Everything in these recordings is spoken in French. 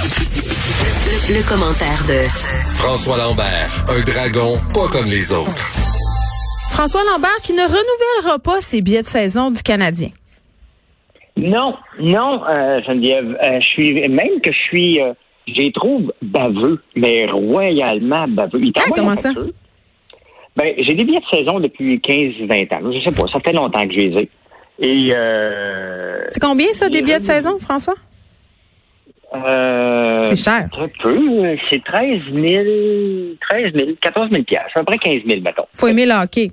Le commentaire de François Lambert, un dragon pas comme les autres. François Lambert qui ne renouvellera pas ses billets de saison du Canadien. Non, Geneviève. Je les trouve baveux, mais royalement baveux. Comment ça? J'ai des billets de saison depuis 15-20 ans. Je sais pas, ça fait longtemps que je les ai. Et c'est combien ça, des billets de saison, François? C'est cher. Très peu. C'est 13 000, 14 000 piastres. À peu près 15 000, mettons. Faut aimer le hockey.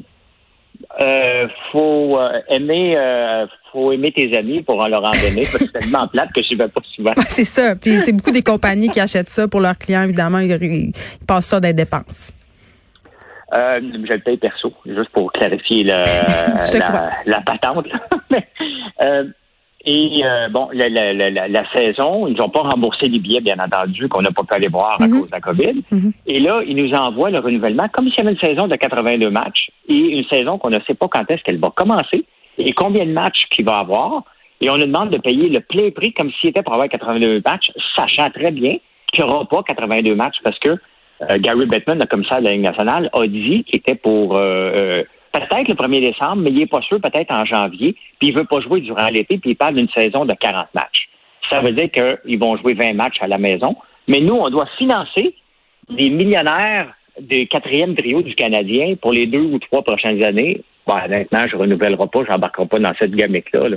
Faut aimer tes amis pour en leur en donner, parce que c'est tellement plate que je ne vais pas souvent. C'est ça. Puis c'est beaucoup des compagnies qui achètent ça pour leurs clients, évidemment. Ils passent ça des dépenses. Je le paye perso, juste pour clarifier la patente. La saison, ils nous ont pas remboursé les billets, bien entendu, qu'on n'a pas pu aller voir à cause de la COVID. Mm-hmm. Et là, ils nous envoient le renouvellement comme s'il y avait une saison de 82 matchs et une saison qu'on ne sait pas quand est-ce qu'elle va commencer et combien de matchs qu'il va avoir. Et on nous demande de payer le plein prix comme s'il était pour avoir 82 matchs, sachant très bien qu'il n'y aura pas 82 matchs parce que Gary Bettman, le commissaire de la Ligue nationale, a dit qu'il était pour peut-être le 1er décembre, mais il n'est pas sûr, peut-être en janvier, puis il veut pas jouer durant l'été, puis il parle d'une saison de 40 matchs. Ça veut dire qu'ils vont jouer 20 matchs à la maison, mais nous, on doit financer les millionnaires du 4e trio du Canadien pour les 2 ou 3 prochaines années. Honnêtement, je ne renouvellerai pas, je n'embarquerai pas dans cette gamique-là.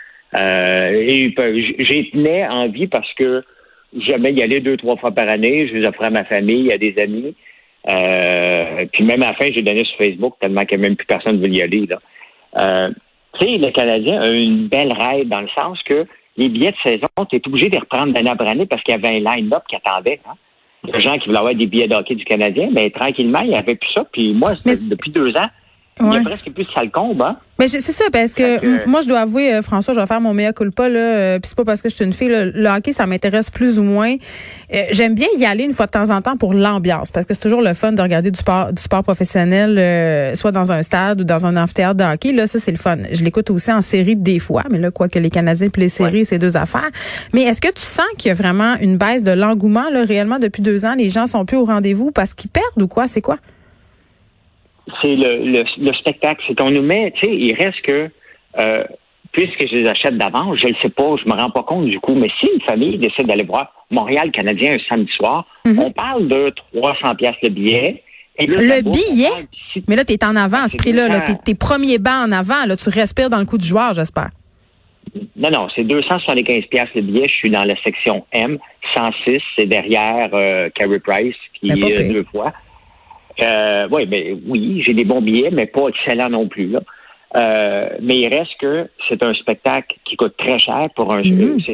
J'ai tenais en vie parce que j'aimais y aller 2-3 fois par année. Je les offrais à ma famille, à des amis. Puis même à la fin, j'ai donné sur Facebook tellement que même plus personne ne veut y aller. Tu sais, le Canadien a une belle règle dans le sens que les billets de saison, tu es obligé de les reprendre d'année après année parce qu'il y avait un line-up qui attendait. Les gens qui voulaient avoir des billets de hockey du Canadien, mais tranquillement, il n'y avait plus ça. Puis moi, depuis 2 ans, il y a presque plus de sale-combe, hein? Mais c'est ça, parce que moi, je dois avouer, François, je vais faire mon mea culpa, là, puis c'est pas parce que je suis une fille, là, le hockey, ça m'intéresse plus ou moins. J'aime bien y aller une fois de temps en temps pour l'ambiance, parce que c'est toujours le fun de regarder du sport professionnel, soit dans un stade ou dans un amphithéâtre de hockey. Là, ça, c'est le fun. Je l'écoute aussi en série des fois, mais là, quoi que les Canadiens puis les séries, c'est 2 affaires. Mais est-ce que tu sens qu'il y a vraiment une baisse de l'engouement, là, réellement, depuis 2 ans? Les gens sont plus au rendez-vous parce qu'ils perdent ou quoi? C'est quoi? C'est le spectacle. C'est qu'on nous met, tu sais, il reste que, puisque je les achète d'avance, je le sais pas, je me rends pas compte du coup, mais si une famille décide d'aller voir Montréal Canadien un samedi soir, on parle de 300 piastres le billet. Et là, le billet? Mais là, t'es en avant à ce prix-là, là. T'es premier banc en avant, là. Tu respires dans le coup du joueur, j'espère. Non, c'est 275 piastres le billet. Je suis dans la section M. 106, c'est derrière Carey Price, qui est 2 fois. Oui, j'ai des bons billets, mais pas excellents non plus, là. Mais il reste que c'est un spectacle qui coûte très cher pour un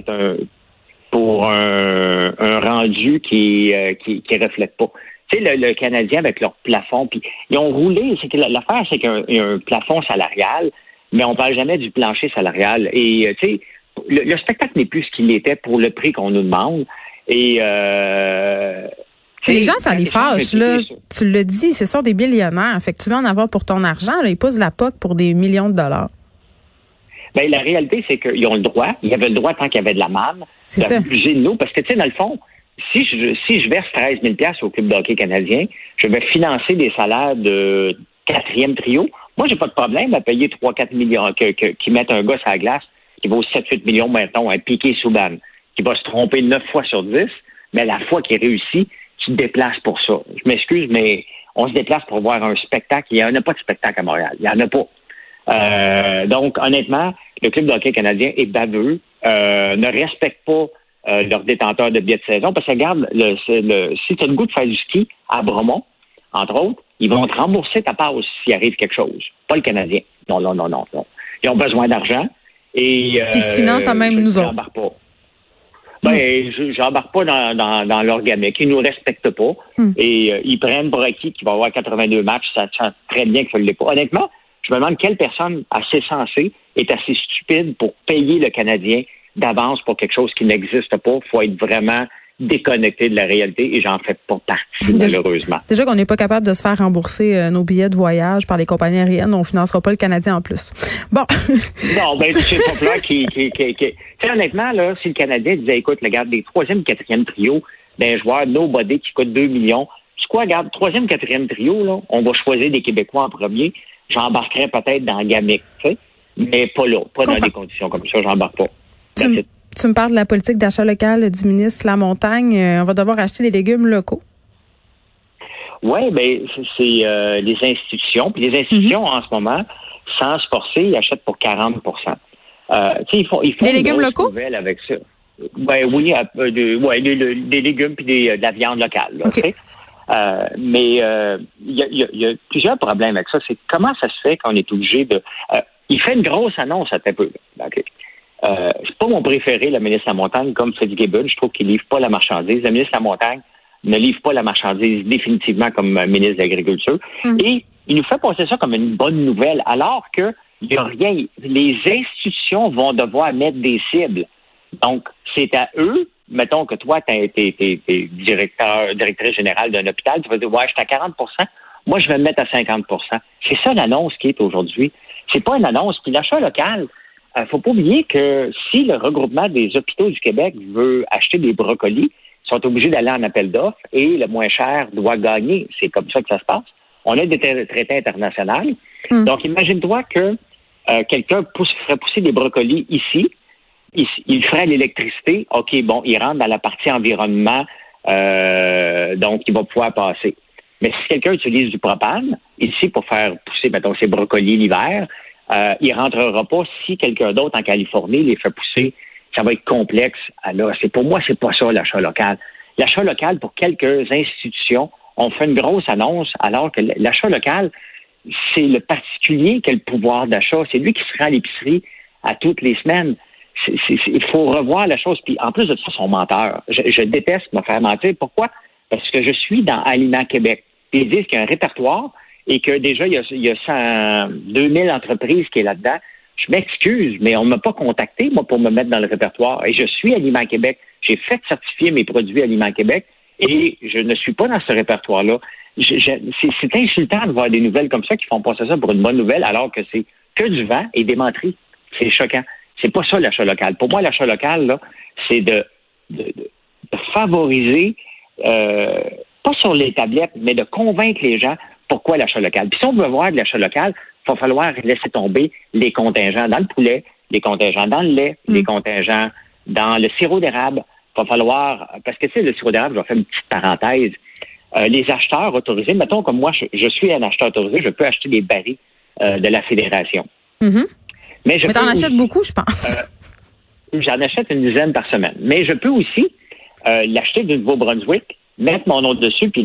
rendu qui reflète pas. Tu sais, le Canadien avec leur plafond, puis ils ont roulé. C'est que l'affaire, c'est qu'il y a un plafond salarial, mais on parle jamais du plancher salarial. Et tu sais, le spectacle n'est plus ce qu'il était pour le prix qu'on nous demande. Et les gens, ça les fâche, là. Tu le dis, ce sont des millionnaires. Fait que tu veux en avoir pour ton argent, là. Ils poussent la POC pour des millions de dollars. Ben, la réalité, c'est qu'ils ont le droit. Ils avaient le droit tant qu'il y avait de la manne. C'est ça. D'abuser de nous. Parce que, tu sais, dans le fond, si je verse 13 000 $ au Club de hockey canadien, je vais financer des salaires de 4e trio. Moi, j'ai pas de problème à payer 3-4 millions, qui mettent un gars sur la glace, qui vaut 7-8 millions, mettons, un Piqué Souban, qui va se tromper 9 fois sur 10, mais la fois qu'il réussit, tu te déplaces pour ça. Je m'excuse, mais on se déplace pour voir un spectacle. Il n'y en a pas de spectacle à Montréal. Il n'y en a pas. Donc, honnêtement, le Club de hockey canadien est baveux, ne respecte pas leurs détenteurs de billets de saison. Parce que regarde, si tu as le goût de faire du ski à Bromont, entre autres, ils vont te rembourser ta passe s'il arrive quelque chose. Pas le Canadien. Non. Ils ont besoin d'argent. Et ils se financent à même nous autres. Pas. J'embarque pas dans leur gamique. Ils nous respectent pas. Et ils prennent pour acquis qu'il va y avoir 82 matchs. Ça sent très bien qu'il ne l'ait pas. Honnêtement, je me demande quelle personne assez sensée est assez stupide pour payer le Canadien d'avance pour quelque chose qui n'existe pas. Il faut être vraiment déconnecté de la réalité et j'en fais pas partie, malheureusement. Déjà qu'on n'est pas capable de se faire rembourser nos billets de voyage par les compagnies aériennes, on financera pas le Canadien en plus. Bon. Non, ben c'est populaire qui honnêtement, là, si le Canadien disait, écoute, regarde, des 3e, 4e trio, d'un joueur nobody qui coûte 2 millions, c'est quoi, regarde, 3e, 4e trio, là, on va choisir des Québécois en premier, j'embarquerais peut-être dans Gamic, tu sais, mais pas là, pas dans des conditions comme ça, j'embarque pas. Tu me parles de la politique d'achat local du ministre Lamontagne. On va devoir acheter des légumes locaux. Oui, ben c'est les institutions. Puis les institutions, en ce moment, sans se forcer, ils achètent pour 40 ils font des légumes locaux? Avec ça. Ben oui, des légumes puis de la viande locale. Là, okay. Mais il y a plusieurs problèmes avec ça. C'est comment ça se fait qu'on est obligé de... il fait une grosse annonce à très peu. Okay. C'est pas mon préféré, le ministre Lamontagne, comme Freddy Gibbon. Je trouve qu'il livre pas la marchandise. Le ministre Lamontagne ne livre pas la marchandise définitivement comme ministre de l'Agriculture. Et il nous fait passer ça comme une bonne nouvelle, alors que il y a rien. Les institutions vont devoir mettre des cibles. Donc, c'est à eux. Mettons que toi, t'es directrice générale d'un hôpital, tu vas dire, ouais, je suis à 40 moi, je vais me mettre à 50 C'est ça l'annonce qui est aujourd'hui. C'est pas une annonce. Puis l'achat local, faut pas oublier que si le regroupement des hôpitaux du Québec veut acheter des brocolis, ils sont obligés d'aller en appel d'offres et le moins cher doit gagner. C'est comme ça que ça se passe. On a des traités internationaux. Donc, imagine-toi que quelqu'un ferait pousser des brocolis ici. Il ferait l'électricité. OK, bon, il rentre dans la partie environnement, donc il va pouvoir passer. Mais si quelqu'un utilise du propane ici pour faire pousser, mettons, ses brocolis l'hiver, il rentrera pas si quelqu'un d'autre en Californie les fait pousser. Ça va être complexe. Alors, pour moi, c'est pas ça l'achat local. L'achat local, pour quelques institutions, on fait une grosse annonce, alors que l'achat local, c'est le particulier qui a le pouvoir d'achat. C'est lui qui se rend à l'épicerie à toutes les semaines. Il faut revoir la chose. Puis en plus de ça, ils sont menteurs. Je déteste me faire mentir. Pourquoi? Parce que je suis dans Aliments Québec. Puis ils disent qu'il y a un répertoire et que déjà, il y a 2000 entreprises qui est là-dedans. Je m'excuse, mais on ne m'a pas contacté, moi, pour me mettre dans le répertoire. Et je suis Aliments Québec. J'ai fait certifier mes produits Aliments Québec et je ne suis pas dans ce répertoire-là. C'est insultant de voir des nouvelles comme ça qui font passer ça pour une bonne nouvelle alors que c'est que du vent et des menteries. C'est choquant. C'est pas ça l'achat local. Pour moi, l'achat local, là, c'est de favoriser, pas sur les tablettes, mais de convaincre les gens pourquoi l'achat local. Puis si on veut voir de l'achat local, il va falloir laisser tomber les contingents dans le poulet, les contingents dans le lait, les contingents dans le sirop d'érable. Il va falloir, parce que tu sais, le sirop d'érable, je vais faire une petite parenthèse. Les acheteurs autorisés, mettons comme moi, je suis un acheteur autorisé, je peux acheter des barils de la Fédération. Mais t'en achètes beaucoup, je pense. J'en achète une dizaine par semaine. Mais je peux aussi l'acheter du Nouveau-Brunswick, mettre mon nom dessus, puis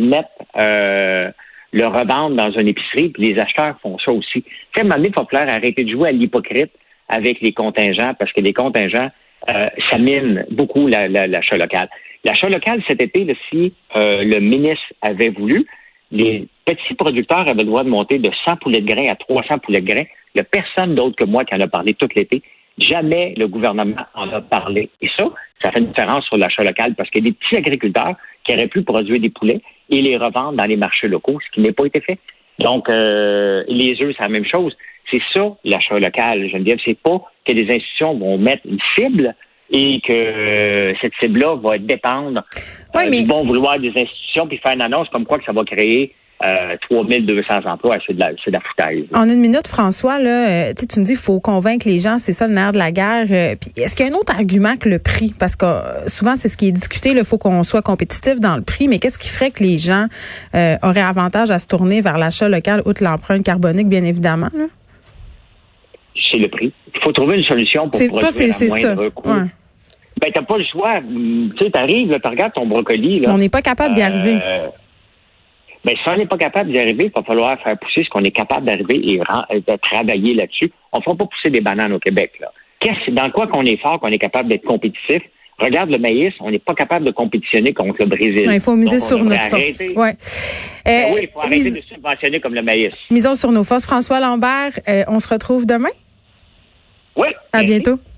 le revendre dans une épicerie, puis les acheteurs font ça aussi. Tu sais, à un moment donné, il va falloir arrêter de jouer à l'hypocrite avec les contingents, parce que les contingents, ça mine beaucoup l'achat local. L'achat local, cet été, là, si le ministre avait voulu, les petits producteurs avaient le droit de monter de 100 poulets de grains à 300 poulets de grains. Il n'y a personne d'autre que moi qui en a parlé tout l'été. Jamais le gouvernement en a parlé. Et ça fait une différence sur l'achat local parce qu'il y a des petits agriculteurs qui auraient pu produire des poulets et les revendre dans les marchés locaux, ce qui n'a pas été fait. Donc, les œufs, c'est la même chose. C'est ça, l'achat local, Geneviève. C'est pas que les institutions vont mettre une cible et que cette cible-là va dépendre du bon vouloir des institutions puis faire une annonce comme quoi que ça va créer 3200 emplois. C'est de la foutaise. En une minute, François, là, tu me dis qu'il faut convaincre les gens, c'est ça le nerf de la guerre. Puis est-ce qu'il y a un autre argument que le prix? Parce que souvent, c'est ce qui est discuté, il faut qu'on soit compétitif dans le prix, mais qu'est-ce qui ferait que les gens auraient avantage à se tourner vers l'achat local, outre l'empreinte carbonique, bien évidemment? Là? C'est le prix. Il faut trouver une solution pour produire à moindre coût. Ouais. Ben, t'as pas le choix. Tu sais, t'arrives, tu regardes ton brocoli. Là, on n'est pas capable d'y arriver. Ben, si on n'est pas capable d'y arriver, il va falloir faire pousser ce qu'on est capable d'arriver et de travailler là-dessus. On ne fera pas pousser des bananes au Québec. Là. Dans quoi qu'on est fort, qu'on est capable d'être compétitif? Regarde le maïs, on n'est pas capable de compétitionner contre le Brésil. Il faut miser sur notre force. Ouais. Oui, il faut arrêter de subventionner comme le maïs. Misons sur nos forces. François Lambert, on se retrouve demain? Oui. À bientôt.